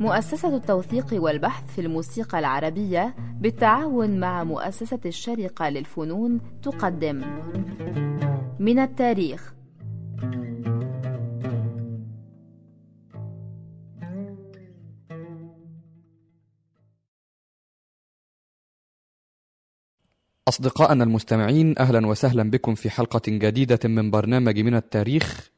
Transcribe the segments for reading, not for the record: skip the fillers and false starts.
مؤسسة التوثيق والبحث في الموسيقى العربية بالتعاون مع مؤسسة الشارقة للفنون تقدم من التاريخ. أصدقائنا المستمعين، أهلا وسهلا بكم في حلقة جديدة من برنامج من التاريخ،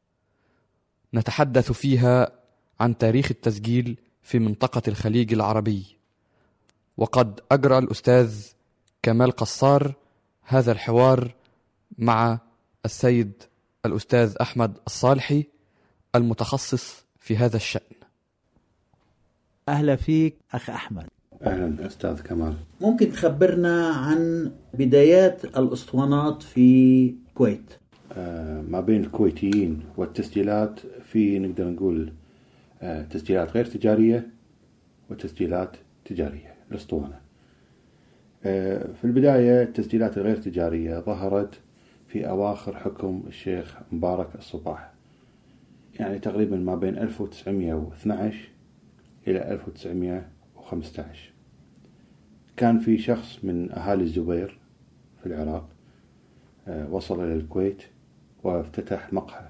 نتحدث فيها عن تاريخ التسجيل في منطقة الخليج العربي. وقد أجرى الأستاذ كمال قصار هذا الحوار مع السيد الأستاذ أحمد الصالحي المتخصص في هذا الشأن. أهلا فيك أخ أحمد. أهلا أستاذ كمال. ممكن تخبرنا عن بدايات الأسطوانات في الكويت؟ ما بين الكويتيين والتسجيلات في نقدر نقول تسجيلات غير تجارية وتسجيلات تجارية. الأسطوانة في البداية التسجيلات الغير تجارية ظهرت في أواخر حكم الشيخ مبارك الصباح، يعني تقريبا ما بين 1912 إلى 1915. كان في شخص من أهالي الزبير في العراق وصل إلى الكويت وافتتح مقهى،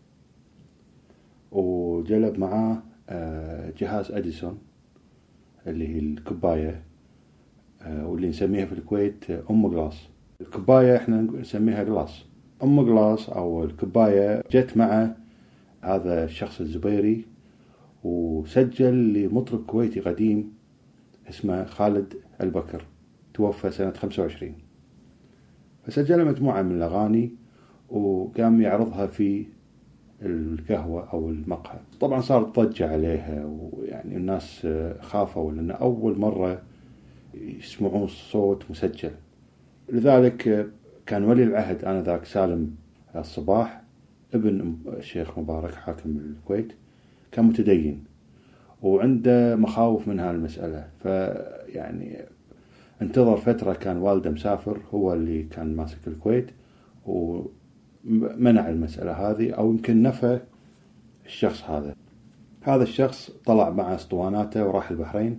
وجلب معاه جهاز أديسون اللي هي الكباية، واللي نسميها في الكويت أم غلاس. الكباية احنا نسميها غلاس. أم غلاس أو الكباية جت مع هذا الشخص الزبيري وسجل لمطرب كويتي قديم اسمه خالد البكر، توفى سنة 25. فسجل مجموعة من الأغاني وقام يعرضها في القهوة أو المقهى. طبعا صارت ضجة عليها، ويعني الناس خافوا لأن أول مرة يسمعون صوت مسجل. لذلك كان ولي العهد آنذاك سالم الصباح ابن الشيخ مبارك حاكم الكويت، كان متدين وعنده مخاوف من هالمسألة، فيعني انتظر فترة. كان والده مسافر، هو اللي كان ماسك الكويت ومنع المسألة هذه، أو يمكن نفى الشخص هذا. هذا الشخص طلع مع اسطواناته وراح البحرين،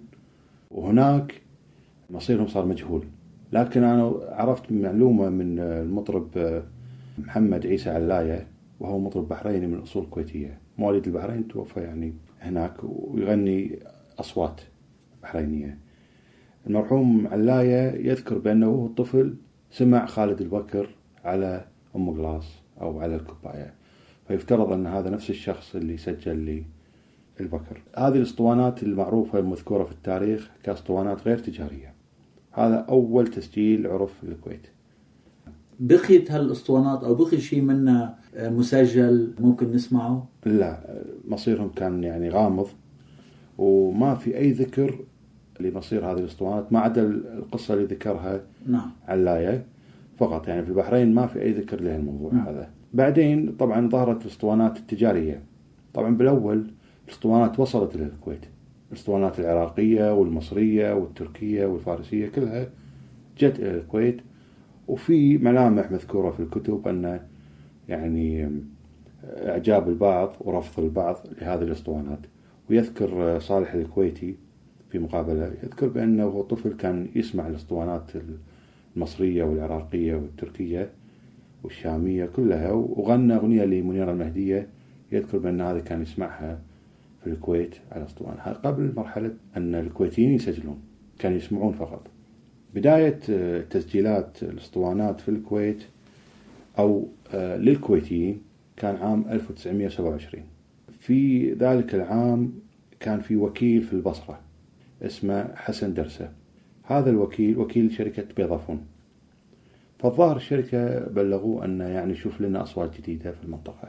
وهناك مصيرهم صار مجهول. لكن أنا عرفت معلومة من المطرب محمد عيسى علاية، وهو مطرب بحريني من أصول كويتية، مواليد البحرين، توفى يعني هناك ويغني أصوات بحرينية. المرحوم علاية يذكر بأنه هو طفل سمع خالد البكر على أم غلاس أو على الكباية، فيفترض أن هذا نفس الشخص اللي سجل للبكر. هذه الاسطوانات المعروفة المذكورة في التاريخ كاسطوانات غير تجارية. هذا أول تسجيل عرف في الكويت. بقيت هالاسطوانات أو بقي شيء منها مسجل ممكن نسمعه؟ لا، مصيرهم كان يعني غامض، وما في أي ذكر لمصير هذه الاسطوانات ما عدا القصة اللي ذكرها علاية فقط. يعني في البحرين ما في أي ذكر له الموضوع هذا. بعدين طبعا ظهرت الاسطوانات التجارية. طبعا بالأول الاسطوانات وصلت إلى الكويت، الاسطوانات العراقية والمصرية والتركية والفارسية كلها جت إلى الكويت، وفي ملامح مذكورة في الكتب أن يعني إعجاب البعض ورفض البعض لهذه الاسطوانات. ويذكر صالح الكويتي في مقابلة، يذكر بأنه هو طفل كان يسمع الاسطوانات المصرية والعراقية والتركية والشامية كلها، وغنى أغنية لمنيرة المهدية، يذكر بأن هذا كان يسمعها في الكويت على اسطوانة. قبل مرحلة أن الكويتيين يسجلون، كانوا يسمعون فقط. بداية تسجيلات الاسطوانات في الكويت أو للكويتيين كان عام 1927. في ذلك العام كان في وكيل في البصرة اسمه حسن درسة. هذا الوكيل وكيل شركة بيضافون. فالظاهر الشركة بلغوه أنه يعني شوف لنا أصوات جديدة في المنطقة.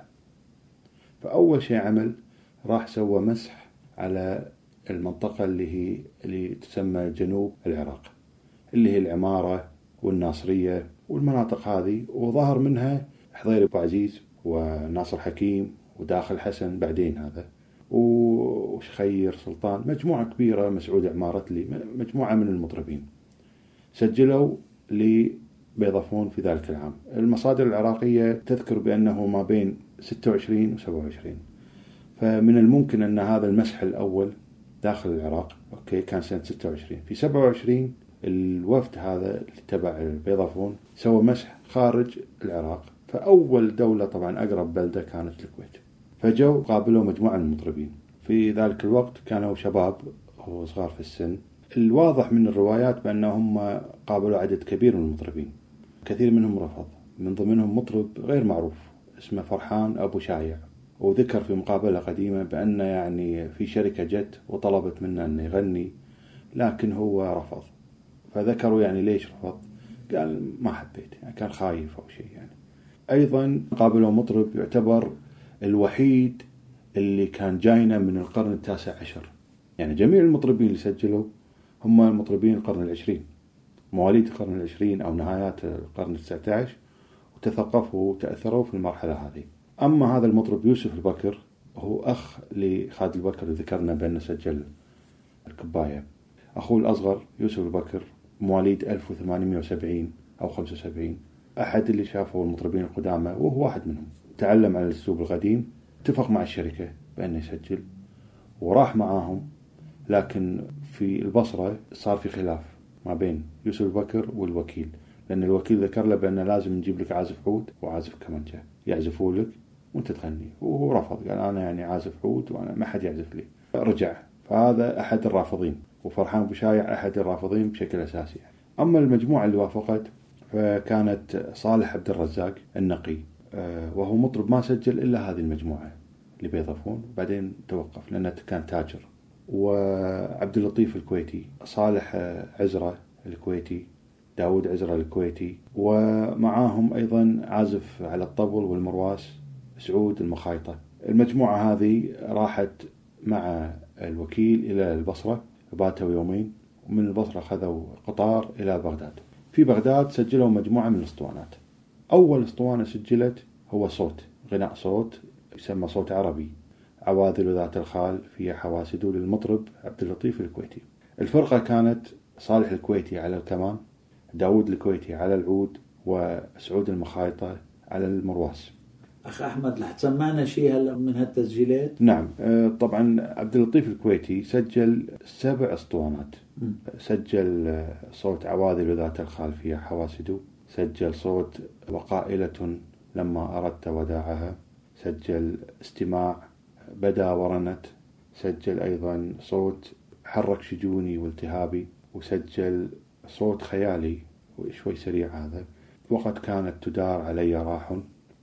فأول شيء عمل راح سوى مسح على المنطقة اللي تسمى جنوب العراق، اللي هي العمارة والناصرية والمناطق هذه، وظهر منها حضير أبو عزيز وناصر حكيم وداخل حسن بعدين هذا وشخير سلطان، مجموعة كبيرة، مسعود عمارتلي، مجموعة من المطربين سجلوا لبيضافون في ذلك العام. المصادر العراقية تذكر بأنه ما بين 26 و 27. فمن الممكن أن هذا المسح الأول داخل العراق. أوكي، كان سنة 26. في 27 الوفد هذا اللي تبع البيضافون سوى مسح خارج العراق، فأول دولة طبعا أقرب بلدة كانت الكويت، فجوا قابلوا مجموعة من المطربين. في ذلك الوقت كانوا شباب وصغار في السن. الواضح من الروايات بأنهم قابلوا عدد كبير من المطربين، كثير منهم رفض، من ضمنهم مطرب غير معروف اسمه فرحان أبو شايع، وذكر في مقابلة قديمة بأن يعني في شركة جت وطلبت منه أن يغني لكن هو رفض. فذكروا يعني ليش رفض؟ قال ما حبيت، يعني كان خايف أو شيء يعني. أيضا قابلوا مطرب يعتبر الوحيد اللي كان جاينا من القرن 19، يعني جميع المطربين اللي سجلوا هم مطربين القرن 20، مواليد القرن 20 أو نهايات القرن 19، وتثقفوا وتأثروا في المرحلة هذه. أما هذا المطرب يوسف البكر هو أخ لخالد البكر، ذكرنا بأنه سجل الكباية. أخوه الأصغر يوسف البكر مواليد 1870 أو 75، أحد اللي شافوا المطربين القدامى وهو واحد منهم. تعلم على الأسلوب القديم، اتفق مع الشركة بأنه يسجل وراح معاهم، لكن في البصرة صار في خلاف ما بين يوسف البكر والوكيل، لأن الوكيل ذكر له بأنه لازم نجيب لك عازف عود وعازف كمانجة يعزفوا لك وانت تغني، وهو رفض، قال أنا يعني عازف عود وأنا ما حد يعزف لي. رجع، فهذا أحد الرافضين، وفرحان أبو شايع أحد الرافضين بشكل أساسي. أما المجموعة اللي وافقت فكانت صالح عبد الرزاق النقي، وهو مطرب ما سجل إلا هذه المجموعة اللي بيضافون، بعدين توقف لأنه كان تاجر. وعبد اللطيف الكويتي، صالح عزرة الكويتي، داود عزرة الكويتي، ومعاهم أيضا عازف على الطبل والمرواس سعود المخايطة. المجموعة هذه راحت مع الوكيل إلى البصرة، باتوا يومين، ومن البصرة خذوا قطار إلى بغداد. في بغداد سجلوا مجموعة من الاسطوانات. أول اسطوانة سجلت هو صوت، غناء صوت يسمى صوت عربي، عواذل ذات الخال في حواسد، للمطرب عبد اللطيف الكويتي. الفرقة كانت صالح الكويتي على الكمان، داود الكويتي على العود، وسعود المخايطة على المرواس. أخ أحمد، رح تسمعنا شيء هلا من هالتسجيلات؟ نعم، طبعا عبد اللطيف الكويتي سجل 7 اسطوانات. سجل صوت عواذل ذات الخال في حواسد، سجل صوت وقائلة لما أردت وداعها، سجل استماع بدا ورنت، سجل أيضا صوت حرك شجوني والتهابي، وسجل صوت خيالي وشوي سريع هذا، وقد كانت تدار علي راح،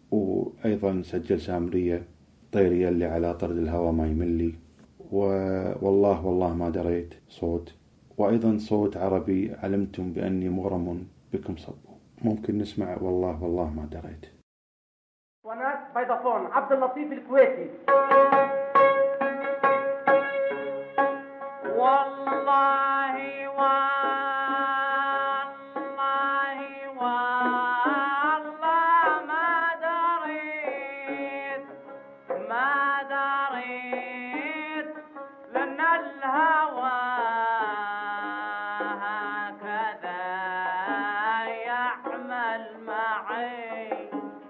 وأيضا سجل سامرية طيري اللي على طرد الهوى ما يملي، والله ما دريت صوت، وأيضا صوت عربي علمتم بأني مغرم بكم صب. ممكن نسمع والله ما دريت. وناس بيضافون عبد اللطيف الكويتي. ما دريت لأن الهوى هكذا يعمل معي.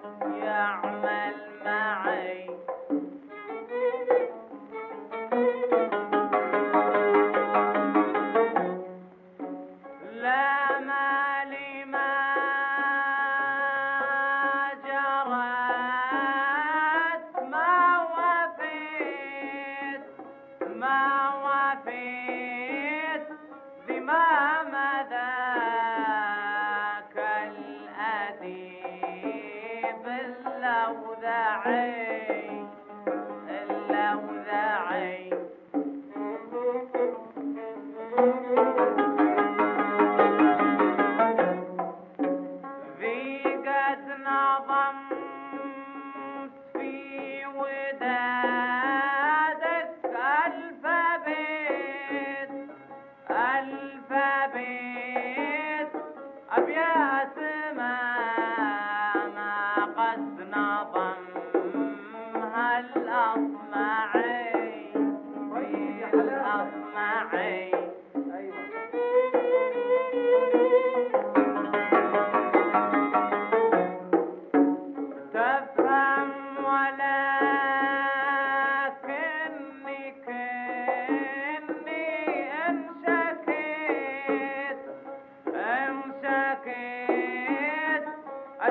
لا مالي ما جرت ما وفيت ذمام ذاك الأديب اللوذعي.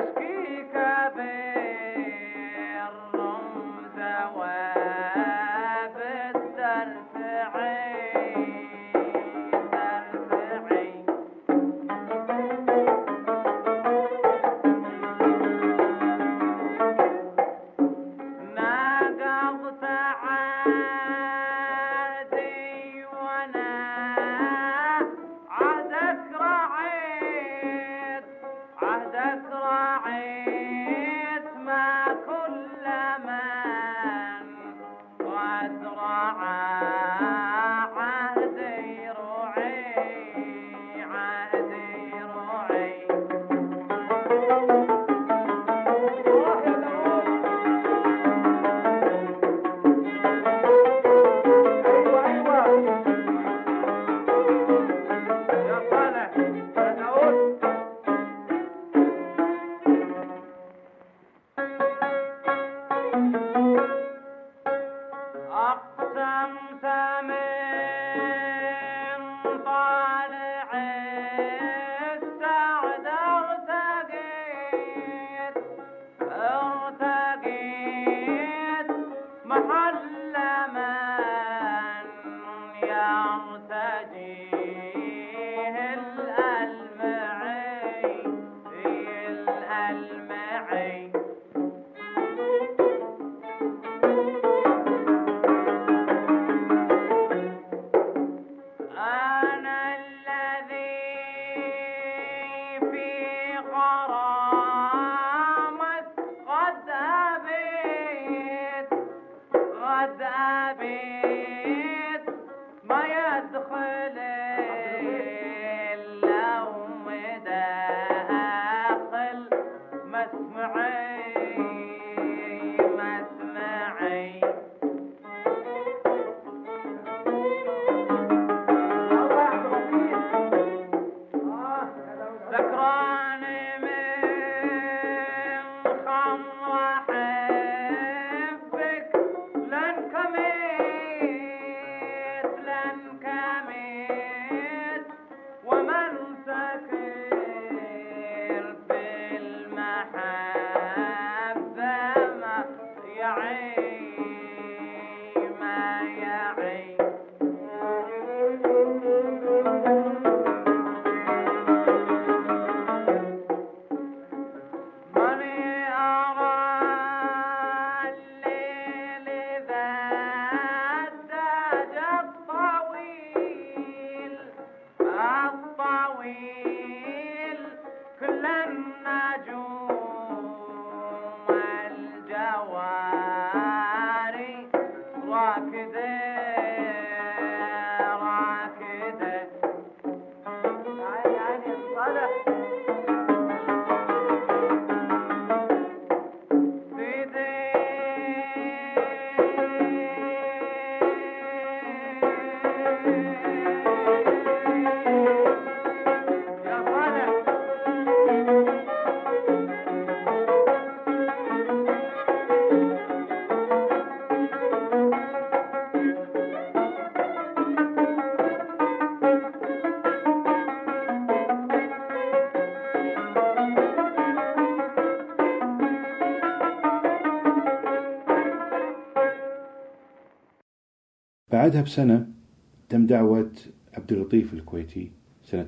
بعدها بسنة تم دعوة عبد اللطيف الكويتي سنة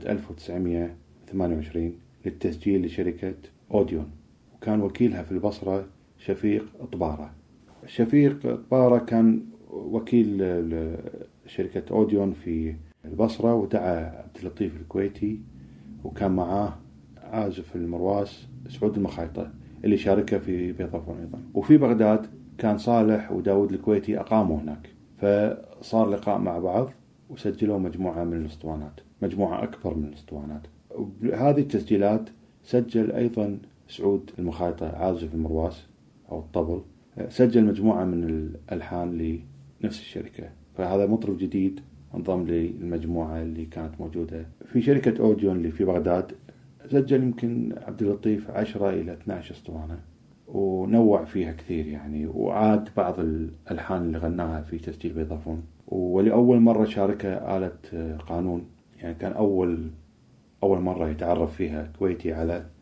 1928 للتسجيل لشركة أوديون، وكان وكيلها في البصرة شفيق طبارة. شفيق طبارة كان وكيل شركة أوديون في البصرة، ودعا عبد اللطيف الكويتي وكان معاه عازف المرواس سعود المخايطة اللي شاركه في بيضافون أيضا. وفي بغداد كان صالح وداود الكويتي أقاموا هناك، فصار لقاء مع بعض وسجلوا مجموعة من الأسطوانات، مجموعة أكبر من الأسطوانات. وبهذه التسجيلات سجل أيضا سعود المخايطة عازف المرواس أو الطبل، سجل مجموعة من الألحان لنفس الشركة. فهذا مطرب جديد انضم للمجموعة اللي كانت موجودة في شركة أوديون اللي في بغداد. سجل يمكن عبد اللطيف 10 إلى 12 أسطوانة ونوع فيها كثير يعني، وعاد بعض الألحان اللي غناها في تسجيل بيضافون. ولأول مرة شاركه آلة قانون، يعني كان أول مرة يتعرف فيها كويتي على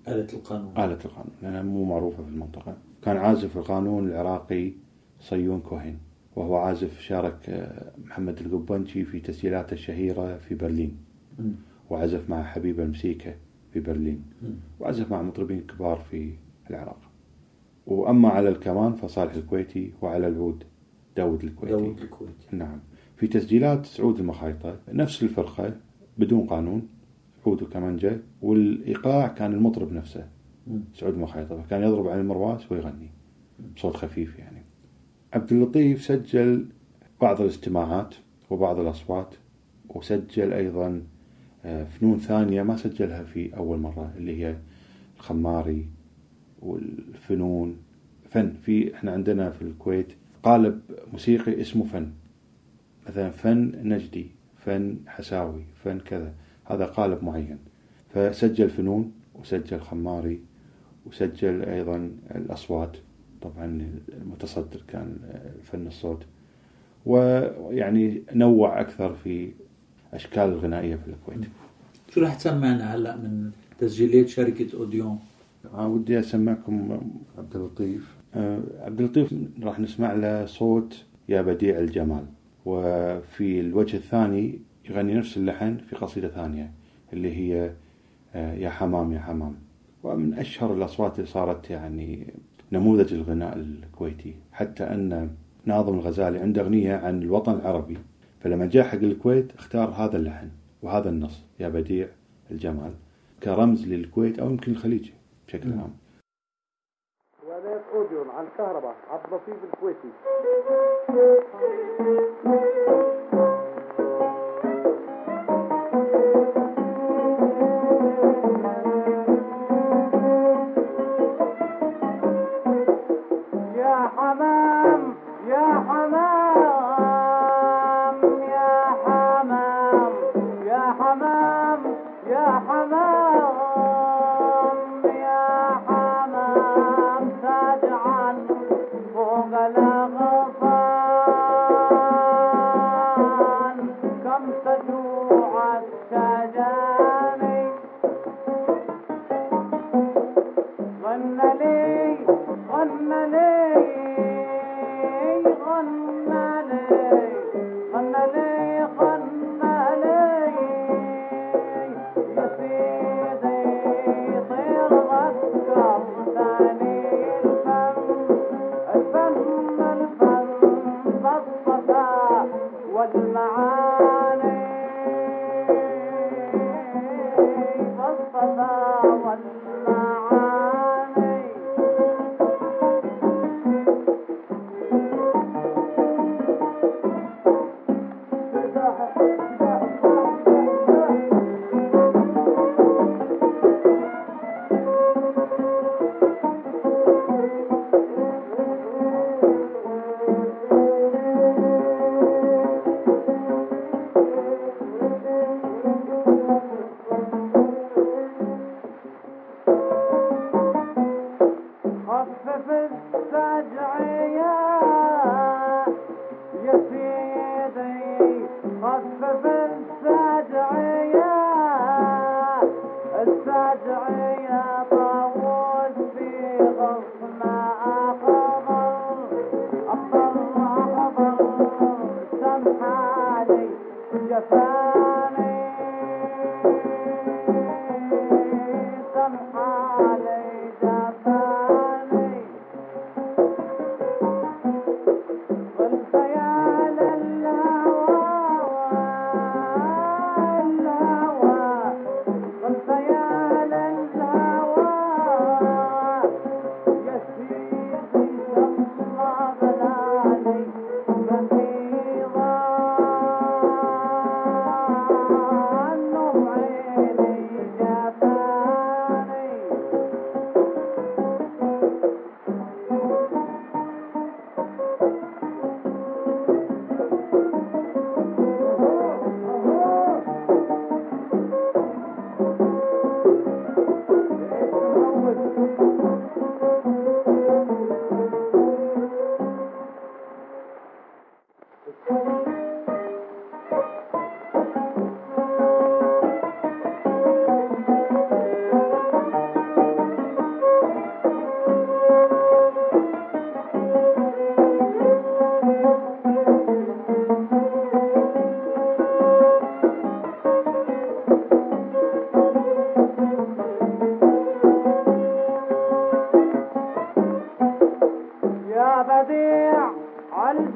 آلة القانون. آلة القانون لأنها مو معروفة في المنطقة. كان عازف القانون العراقي صيون كوهين، وهو عازف شارك محمد القبنجي في تسجيلاته الشهيرة في برلين، وعزف مع حبيب المسيكة في برلين، وعزف مع مطربين كبار في العراق. وأما على الكمان فصالح الكويتي، وعلى العود داود الكويتي. نعم. في تسجيلات سعود المخايطة نفس الفرقة بدون قانون، عود وكمانجة، والإيقاع كان المطرب نفسه سعود المخايطة، فكان يضرب على المرواس ويغني بصوت خفيف يعني. عبد اللطيف سجل بعض الاستماعات وبعض الأصوات، وسجل أيضا فنون ثانية ما سجلها في أول مرة، اللي هي الخماري والفنون. في احنا عندنا في الكويت قالب موسيقي اسمه فن، مثلا فن نجدي، فن حساوي، فن كذا، هذا قالب معين. فسجل فنون وسجل خماري وسجل أيضا الأصوات، طبعا المتصدر كان فن الصوت، ويعني نوع أكثر في أشكال الغنائية في الكويت. شو رح تسمعنا هلأ من تسجيلات شركة أوديون؟ ودي أسمعكم عبد اللطيف. عبد اللطيف راح نسمع له صوت يا بديع الجمال، وفي الوجه الثاني يغني نفس اللحن في قصيدة ثانية اللي هي يا حمام يا حمام. ومن أشهر الأصوات اللي صارت يعني نموذج الغناء الكويتي، حتى أن ناظم الغزالي عنده أغنية عن الوطن العربي، فلما جاء حق الكويت اختار هذا اللحن وهذا النص يا بديع الجمال كرمز للكويت أو يمكن الخليج بشكل عام. ولاية أوديون على الكهرباء عبد اللطيف الكويتي. يا حمام يا حمام يا حمام يا حمام يا حمام يا حمام ساجعا فوق الأغصان كم تجوع السجاني غن لي غن لي غن لي غن لي غن لي يا سيدي طير ذكر ثاني الفن بالصفا والمعاني بالصفا والمعاني. خفف السجعية يا سيدي خفف السجعية السجعية طاووس في غصنا أخضر أخضر سمحالي جفاني سمحالي جفاني والخيال الهوى والخيال الهوى يا سيدي سمى بلالي ففي ضاي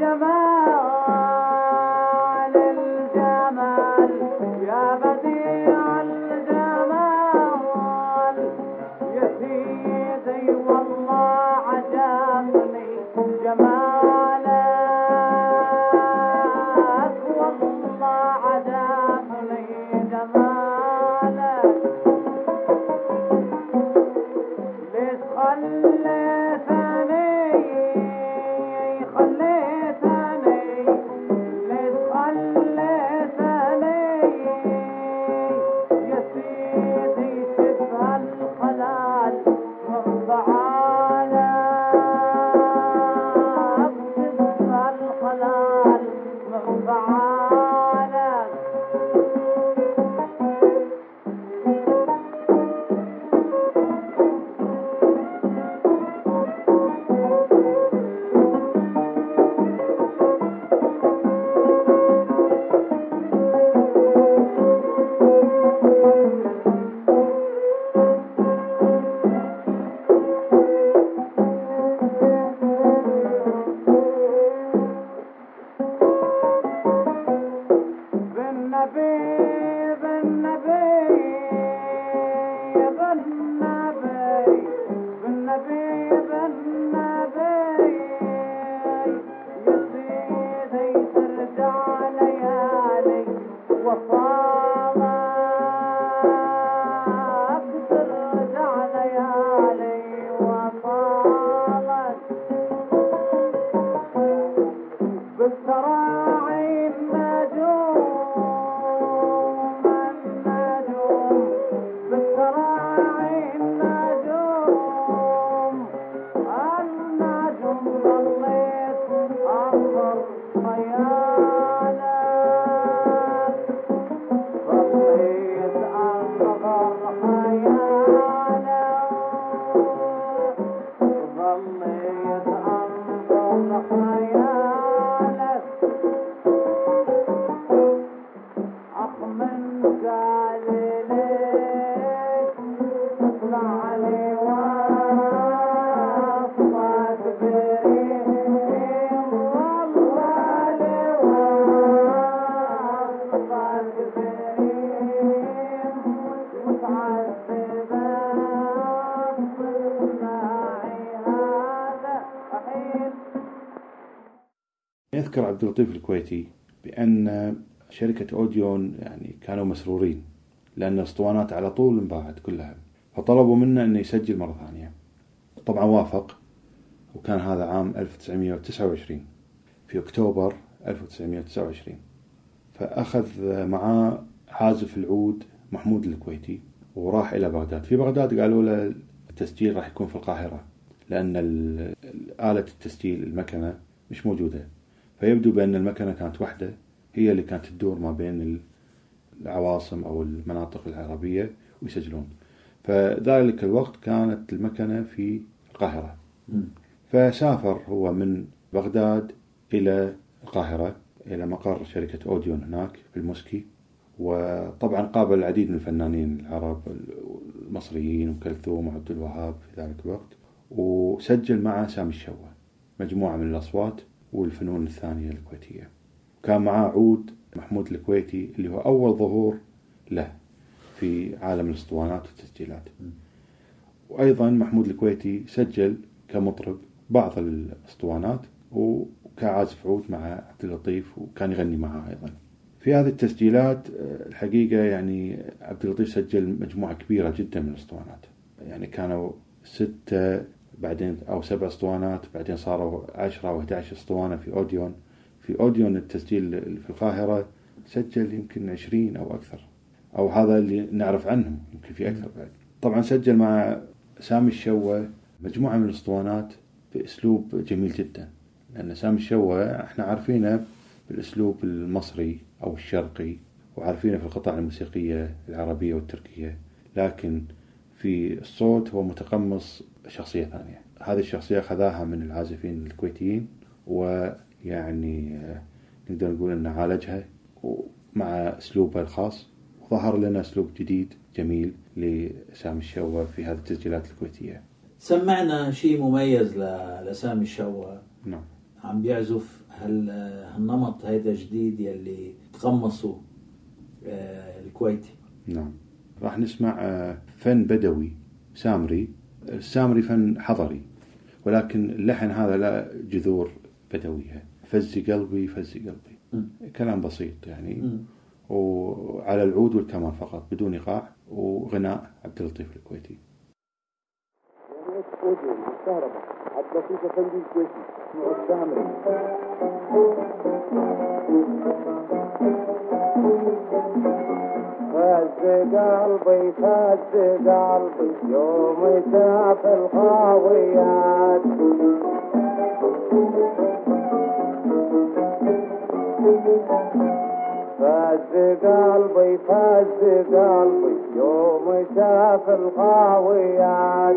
جمال الجمال يا بديع الجمال يا سيدي والله عجبني جمالك والله عجبني جمالك ليش خليتني ليش خليتني يا سيدي شبه الخلال من بعالك شبه الخلال من بعالك بالنبي بالنبي بالنبي بالنبي بالنبي يا سيدي ترجع ليالي وصالك ترجع ليالي وصالك بالتراعي النجوم النجوم بالتراعي النجوم النجوم ظليت أنظر خيالك ظليت أنظر خيالك ظليت أنظر خيالك أخ من قال ليك اطلع لي وصفك بريم والله لي وصفك بريم متعذبة معي هذا حين. يذكر عبد اللطيف الكويتي بأن شركة أوديون يعني كانوا مسرورين لأن الأسطوانات على طول انباعت كلها، فطلبوا منه أنه يسجل مرة ثانية. طبعا وافق، وكان هذا عام 1929 في أكتوبر 1929. فأخذ معاه عازف العود محمود الكويتي وراح إلى بغداد. في بغداد قالوا له التسجيل راح يكون في القاهرة لأن آلة التسجيل المكنة مش موجودة، فيبدو بأن المكنة كانت واحدة هي اللي كانت تدور ما بين العواصم أو المناطق العربية ويسجلون. فذلك الوقت كانت المكنة في القاهرة. فسافر هو من بغداد إلى القاهرة إلى مقر شركة أوديون هناك في المسكي، وطبعا قابل العديد من الفنانين العرب المصريين وكلثوم وعبد الوهاب في ذلك الوقت، وسجل مع سامي الشوة مجموعة من الأصوات والفنون الثانية الكويتية. كان معاه عود محمود الكويتي اللي هو أول ظهور له في عالم الأسطوانات والتسجيلات. وأيضا محمود الكويتي سجل كمطرب بعض الأسطوانات وكعازف عود مع عبد اللطيف، وكان يغني معه أيضا. في هذه التسجيلات الحقيقة يعني عبد اللطيف سجل مجموعة كبيرة جدا من الأسطوانات، يعني كانوا 6 بعدين أو 7 أسطوانات، بعدين صاروا 10 أو 11 أسطوانة في أوديون. في أوديون التسجيل في القاهرة سجل يمكن 20 أو أكثر، أو هذا اللي نعرف عنهم، يمكن في أكثر بعد. طبعا سجل مع سامي الشوة مجموعة من الأسطوانات بأسلوب جميل جدا، لأن سامي الشوة احنا عارفينه بالأسلوب المصري أو الشرقي، وعارفينه في القطع الموسيقية العربية والتركية، لكن في الصوت هو متقمص شخصية ثانية. هذه الشخصية خذاها من العازفين الكويتيين، ويعني نقدر نقول أنه عالجها مع أسلوبه الخاص، وظهر لنا أسلوب جديد جميل لسامي الشوة في هذه التسجيلات الكويتية. سمعنا شيء مميز لسامي الشوة. نعم. عم بيعزف هل النمط هيدا جديد يلي تقمصوا الكويتي؟ نعم، راح نسمع فن بدوي سامري. السامري فن حضري، ولكن اللحن هذا لا جذور بدوية. فزي قلبي فزي قلبي، كلام بسيط يعني، وعلى العود والكمان فقط بدون إيقاع، وغناء عبد اللطيف الكويتي. الكهرباء عبد اللطيف الفندي الكويتي اسمه السامري. فز قلبي فز قلبي يوم شاف الخاويات، فز قلبي فز قلبي يوم شاف الخاويات،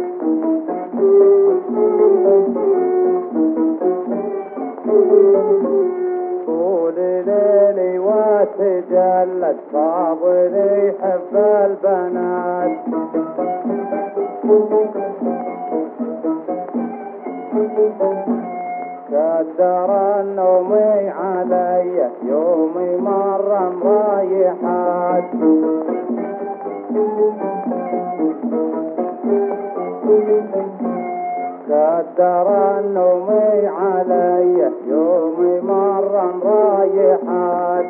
طول ليلي وتجلت صابري يحب البنات، كدر النومي علي يومي مرة مريحات، كدر النومي علي يومي مرة مريحات،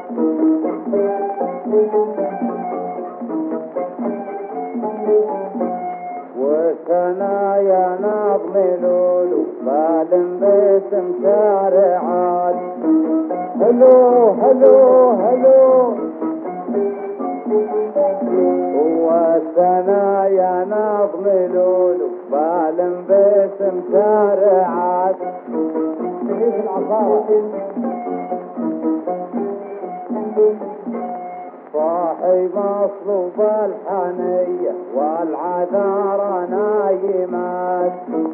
وثنايا نظم لولو بالم باسم شارعات، هلو هلو هلو، وثنايا نظم لولو بالم باسم شارعات، كيف العصارة صاحي مصلوب الحنية والعذارى نايمات،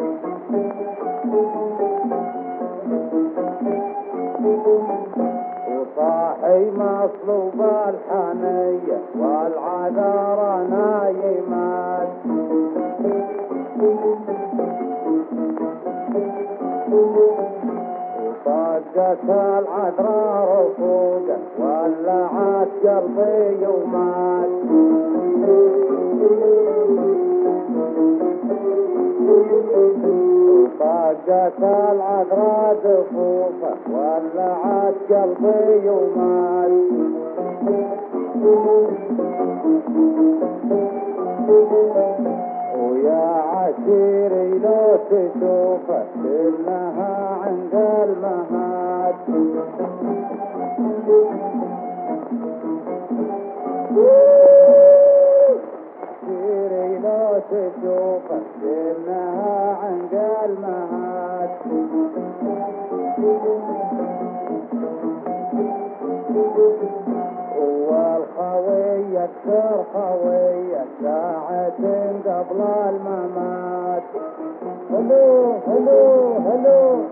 وصاحي مصلوب الحنية والعذارى نايمات، وطاقت العذراء رفوقه ولعت قلبي ومات، وطاقت العذراء رفوقه ولعت قلبي ومات، ويا عشيري لو تشوفه كلها عند المهات، عشيري لو تشوفه كلها عند المهات، والخوية تصير خوية ساعة قبل الممات، هلو هلو هلو.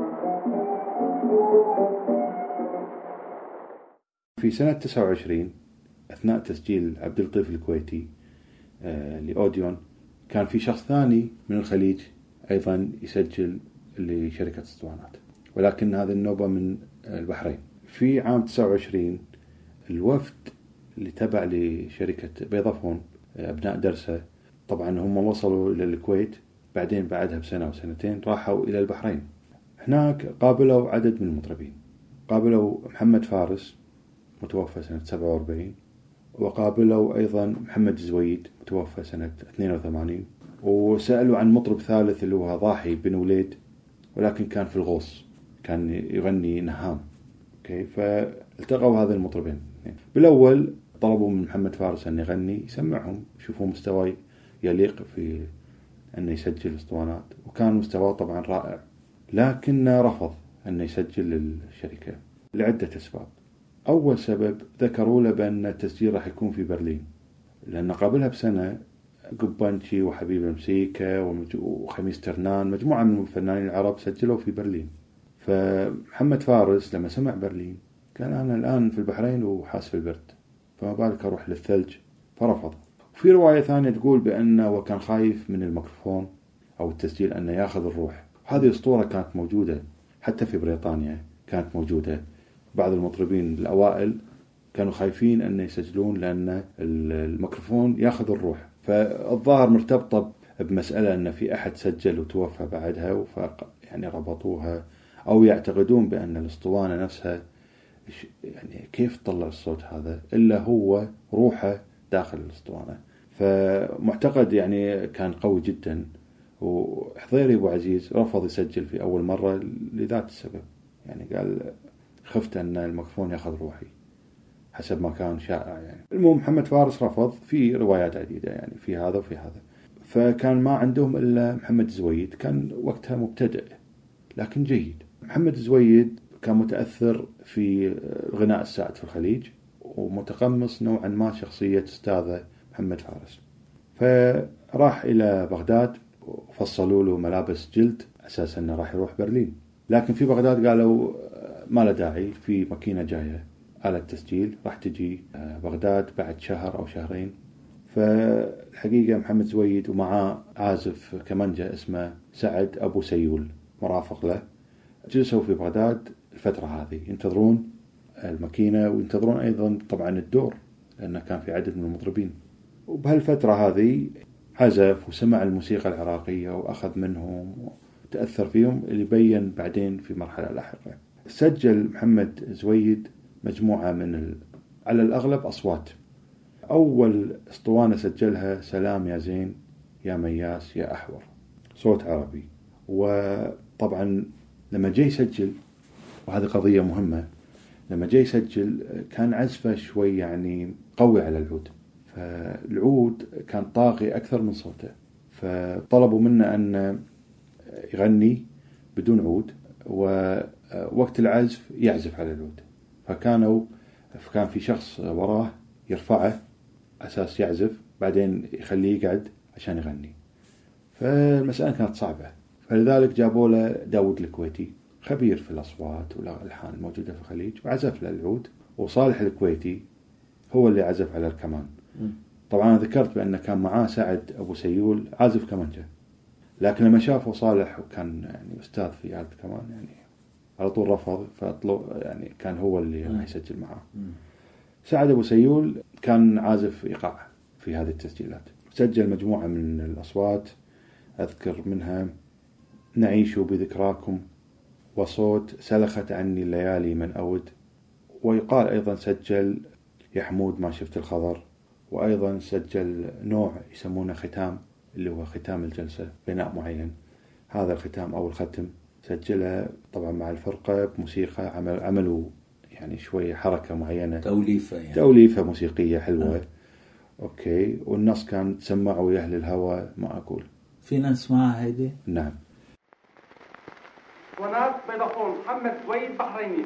في سنة 29 أثناء تسجيل عبد اللطيف الكويتي لأوديون، كان في شخص ثاني من الخليج أيضا يسجل لشركة اسطوانات، ولكن هذه النوبة من البحرين. في عام 29 الوفد اللي تبع لشركة بيضافون أبناء درسة، طبعا هم وصلوا إلى الكويت، بعدين بعدها بسنة أو سنتين راحوا إلى البحرين. هناك قابلوا عدد من المطربين، قابلوا محمد فارس متوفى سنة 47، وقابلوا أيضا محمد زويد متوفى سنة 82، وسألوا عن مطرب ثالث اللي هو ضاحي بن وليد، ولكن كان في الغوص، كان يغني نهام. فالتقوا هذا المطربين. بالأول طلبوا من محمد فارس أن يغني، يسمعهم، يشوفوا مستوى يليق في أن يسجل اسطوانات، وكان مستواه طبعا رائع، لكن رفض أن يسجل للشركة لعدة أسباب. أول سبب ذكروا له بأن التسجيل راح يكون في برلين، لأن قبلها بسنة قبانشي وحبيب المسيكا وخميس ترنان مجموعة من الفنانين العرب سجلوا في برلين. فمحمد فارس لما سمع برلين قال أنا الآن في البحرين وحاس في البرد، فما بالك أروح للثلج، فرفض. وفي رواية ثانية تقول بأنه وكان خايف من الميكروفون أو التسجيل أنه ياخذ الروح. هذه أسطورة كانت موجودة حتى في بريطانيا، كانت موجودة. بعض المطربين الأوائل كانوا خايفين أن يسجلون لأن الميكروفون ياخذ الروح، فالظاهر مرتبطة بمسألة أن في أحد سجل وتوفى بعدها، يعني ربطوها أو يعتقدون بأن الأسطوانة نفسها يعني كيف تطلع الصوت هذا إلا هو روحه داخل الأسطوانة. فمعتقد يعني كان قوي جدا. وحضيري أبو عزيز رفض يسجل في أول مرة لذات السبب، يعني قال خفت أن الميكروفون يأخذ روحي حسب ما كان شائع يعني. المهم محمد فارس رفض في روايات عديدة يعني في هذا وفي هذا. فكان ما عندهم إلا محمد زويد، كان وقتها مبتدئ لكن جيد. محمد زويد كان متأثر في الغناء السائد في الخليج ومتقمص نوعا ما شخصية أستاذه محمد فارس. فراح إلى بغداد وفصلوا له ملابس جلد أساسا أنه راح يروح برلين، لكن في بغداد قالوا ما له داعي، في ماكينة جاية آلة تسجيل راح تجي بغداد بعد شهر أو شهرين. فالحقيقة محمد زويد ومعاه عازف كمانجا اسمه سعد أبو سيول مرافق له، جلسوا في بغداد الفترة هذه ينتظرون الماكينة وينتظرون أيضا طبعا الدور لأنه كان في عدد من المطربين. وبهالفترة هذه عزف وسمع الموسيقى العراقية وأخذ منهم وتأثر فيهم، اللي بين بعدين في مرحلة لاحقة. سجل محمد زويد مجموعة من على الأغلب أصوات. أول اسطوانة سجلها سلام يا زين يا مياس يا أحور، صوت عربي. وطبعا لما جاي يسجل، وهذه قضية مهمة، لما جاي يسجل كان عزفه شوي يعني قوي على العود، فالعود كان طاغي أكثر من صوته، فطلبوا منه أن يغني بدون عود ووقت العزف يعزف على العود. فكان في شخص وراه يرفعه أساس يعزف، بعدين يخليه يقعد عشان يغني. فالمسألة كانت صعبة، فلذلك جابوا له داود الكويتي خبير في الأصوات والألحان الموجودة في الخليج، وعزف له العود. وصالح الكويتي هو اللي عزف على الكمان. طبعا أنا ذكرت بأنه كان معاه سعد أبو سيول عازف كمانجا، لكن لما شافوا صالح وكان يعني أستاذ في آلة الكمان يعني على طول رفض، يعني كان هو اللي راح يسجل معاه. سعد أبو سيول كان عازف إيقاع في هذه التسجيلات، سجل مجموعة من الأصوات أذكر منها نعيش بذكراكم وصوت سلخت عني الليالي من أود. ويقال أيضا سجل يا حمود ما شفت الخضر، وأيضا سجل نوع يسمونه ختام، اللي هو ختام الجلسة بناء معين. هذا الختام أو الختم سجله طبعا مع الفرقة بموسيقى، عملوا يعني شوية حركة معينة، توليفة موسيقية حلوة. أوكي. والنص كان تسمعوا يا أهل الهوى ما أقول. في ناس معها هيدي؟ نعم. وناس بيضافون محمد زويد بحريني.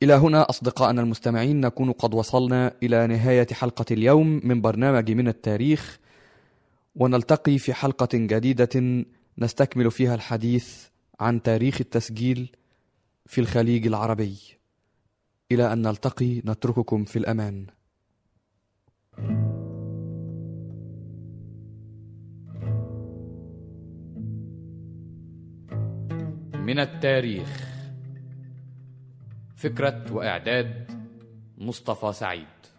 وإلى هنا أصدقائنا المستمعين نكون قد وصلنا إلى نهاية حلقة اليوم من برنامج من التاريخ، ونلتقي في حلقة جديدة نستكمل فيها الحديث عن تاريخ التسجيل في الخليج العربي. إلى أن نلتقي نترككم في الأمان. من التاريخ، فكرة وإعداد مصطفى سعيد.